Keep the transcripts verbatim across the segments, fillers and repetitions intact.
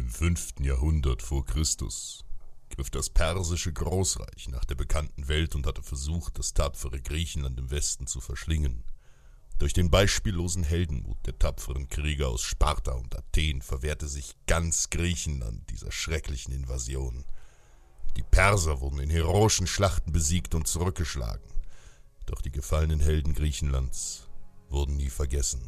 Im fünften Jahrhundert vor Christus griff das persische Großreich nach der bekannten Welt und hatte versucht, das tapfere Griechenland im Westen zu verschlingen. Durch den beispiellosen Heldenmut der tapferen Krieger aus Sparta und Athen verwehrte sich ganz Griechenland dieser schrecklichen Invasion. Die Perser wurden in heroischen Schlachten besiegt und zurückgeschlagen, doch die gefallenen Helden Griechenlands wurden nie vergessen.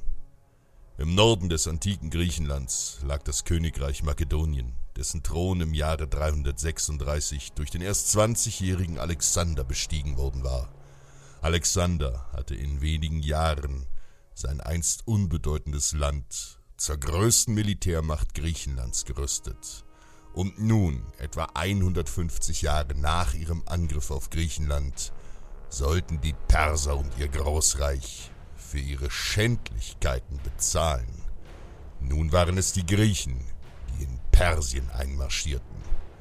Im Norden des antiken Griechenlands lag das Königreich Makedonien, dessen Thron im Jahre dreihundertsechsunddreißig durch den erst zwanzigjährigen Alexander bestiegen worden war. Alexander hatte in wenigen Jahren sein einst unbedeutendes Land zur größten Militärmacht Griechenlands gerüstet. Und nun, etwa hundertfünfzig Jahre nach ihrem Angriff auf Griechenland, sollten die Perser und ihr Großreich für ihre Schändlichkeiten bezahlen. Nun waren es die Griechen, die in Persien einmarschierten.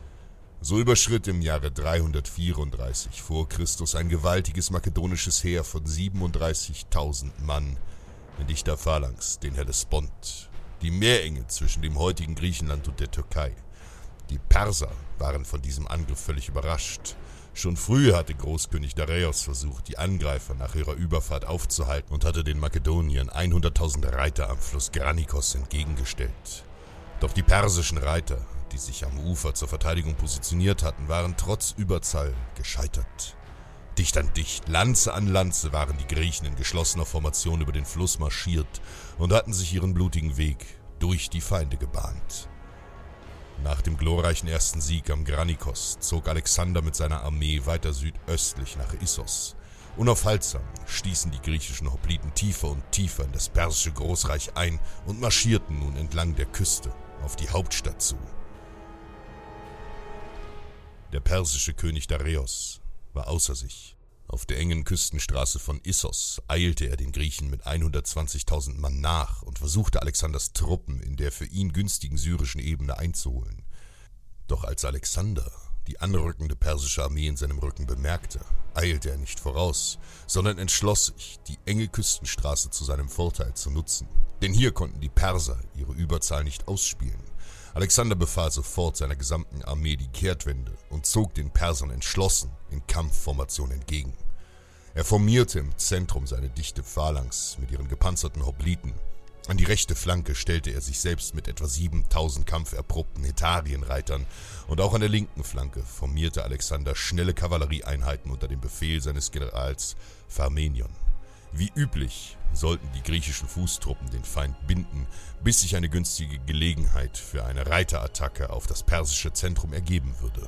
So überschritt im Jahre dreihundertvierunddreißig vor Christus ein gewaltiges makedonisches Heer von siebenunddreißigtausend Mann in dichter Phalanx den Hellespont, die Meerenge zwischen dem heutigen Griechenland und der Türkei. Die Perser waren von diesem Angriff völlig überrascht. Schon früh hatte Großkönig Dareios versucht, die Angreifer nach ihrer Überfahrt aufzuhalten und hatte den Makedoniern hunderttausend Reiter am Fluss Granikos entgegengestellt. Doch die persischen Reiter, die sich am Ufer zur Verteidigung positioniert hatten, waren trotz Überzahl gescheitert. Dicht an dicht, Lanze an Lanze waren die Griechen in geschlossener Formation über den Fluss marschiert und hatten sich ihren blutigen Weg durch die Feinde gebahnt. Nach dem glorreichen ersten Sieg am Granikos zog Alexander mit seiner Armee weiter südöstlich nach Issos. Unaufhaltsam stießen die griechischen Hopliten tiefer und tiefer in das persische Großreich ein und marschierten nun entlang der Küste auf die Hauptstadt zu. Der persische König Dareios war außer sich. Auf der engen Küstenstraße von Issos eilte er den Griechen mit hundertzwanzigtausend Mann nach und versuchte Alexanders Truppen in der für ihn günstigen syrischen Ebene einzuholen. Doch als Alexander die anrückende persische Armee in seinem Rücken bemerkte, eilte er nicht voraus, sondern entschloss sich, die enge Küstenstraße zu seinem Vorteil zu nutzen. Denn hier konnten die Perser ihre Überzahl nicht ausspielen. Alexander befahl sofort seiner gesamten Armee die Kehrtwende und zog den Persern entschlossen in Kampfformation entgegen. Er formierte im Zentrum seine dichte Phalanx mit ihren gepanzerten Hopliten. An die rechte Flanke stellte er sich selbst mit etwa siebentausend kampferprobten Hetarienreitern und auch an der linken Flanke formierte Alexander schnelle Kavallerieeinheiten unter dem Befehl seines Generals Pharmenion. Wie üblich sollten die griechischen Fußtruppen den Feind binden, bis sich eine günstige Gelegenheit für eine Reiterattacke auf das persische Zentrum ergeben würde.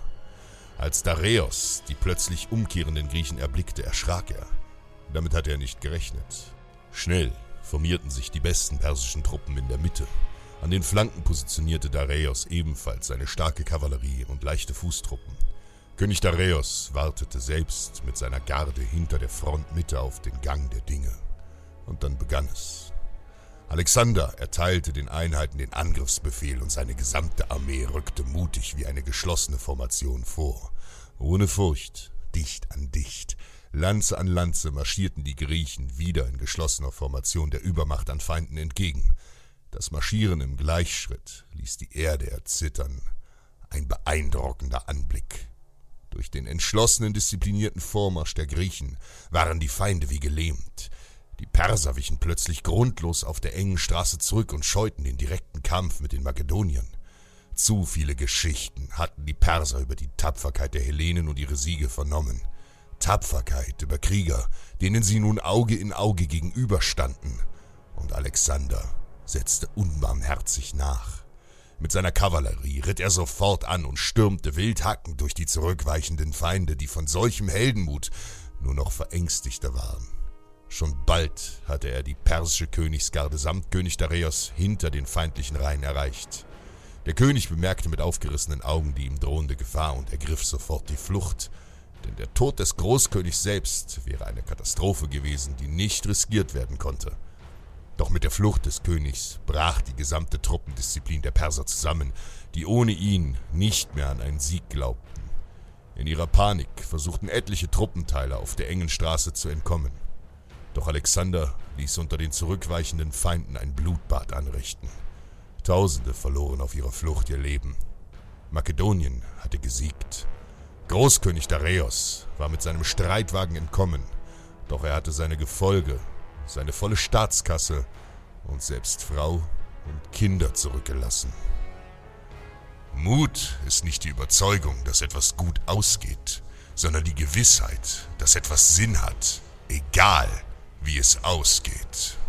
Als Dareios die plötzlich umkehrenden Griechen erblickte, erschrak er. Damit hatte er nicht gerechnet. Schnell formierten sich die besten persischen Truppen in der Mitte. An den Flanken positionierte Dareios ebenfalls seine starke Kavallerie und leichte Fußtruppen. König Dareios wartete selbst mit seiner Garde hinter der Frontmitte auf den Gang der Dinge. Und dann begann es. Alexander erteilte den Einheiten den Angriffsbefehl und seine gesamte Armee rückte mutig wie eine geschlossene Formation vor. Ohne Furcht, dicht an dicht, Lanze an Lanze marschierten die Griechen wieder in geschlossener Formation der Übermacht an Feinden entgegen. Das Marschieren im Gleichschritt ließ die Erde erzittern. Ein beeindruckender Anblick. Durch den entschlossenen, disziplinierten Vormarsch der Griechen waren die Feinde wie gelähmt. Die Perser wichen plötzlich grundlos auf der engen Straße zurück und scheuten den direkten Kampf mit den Makedoniern. Zu viele Geschichten hatten die Perser über die Tapferkeit der Hellenen und ihre Siege vernommen. Tapferkeit über Krieger, denen sie nun Auge in Auge gegenüberstanden. Und Alexander setzte unbarmherzig nach. Mit seiner Kavallerie ritt er sofort an und stürmte wild hackend durch die zurückweichenden Feinde, die von solchem Heldenmut nur noch verängstigter waren. Schon bald hatte er die persische Königsgarde samt König Dareios hinter den feindlichen Reihen erreicht. Der König bemerkte mit aufgerissenen Augen die ihm drohende Gefahr und ergriff sofort die Flucht, denn der Tod des Großkönigs selbst wäre eine Katastrophe gewesen, die nicht riskiert werden konnte. Doch mit der Flucht des Königs brach die gesamte Truppendisziplin der Perser zusammen, die ohne ihn nicht mehr an einen Sieg glaubten. In ihrer Panik versuchten etliche Truppenteile auf der engen Straße zu entkommen. Doch Alexander ließ unter den zurückweichenden Feinden ein Blutbad anrichten. Tausende verloren auf ihrer Flucht ihr Leben. Makedonien hatte gesiegt. Großkönig Dareios war mit seinem Streitwagen entkommen, doch er hatte seine Gefolge, seine volle Staatskasse und selbst Frau und Kinder zurückgelassen. Mut ist nicht die Überzeugung, dass etwas gut ausgeht, sondern die Gewissheit, dass etwas Sinn hat, egal wie es ausgeht.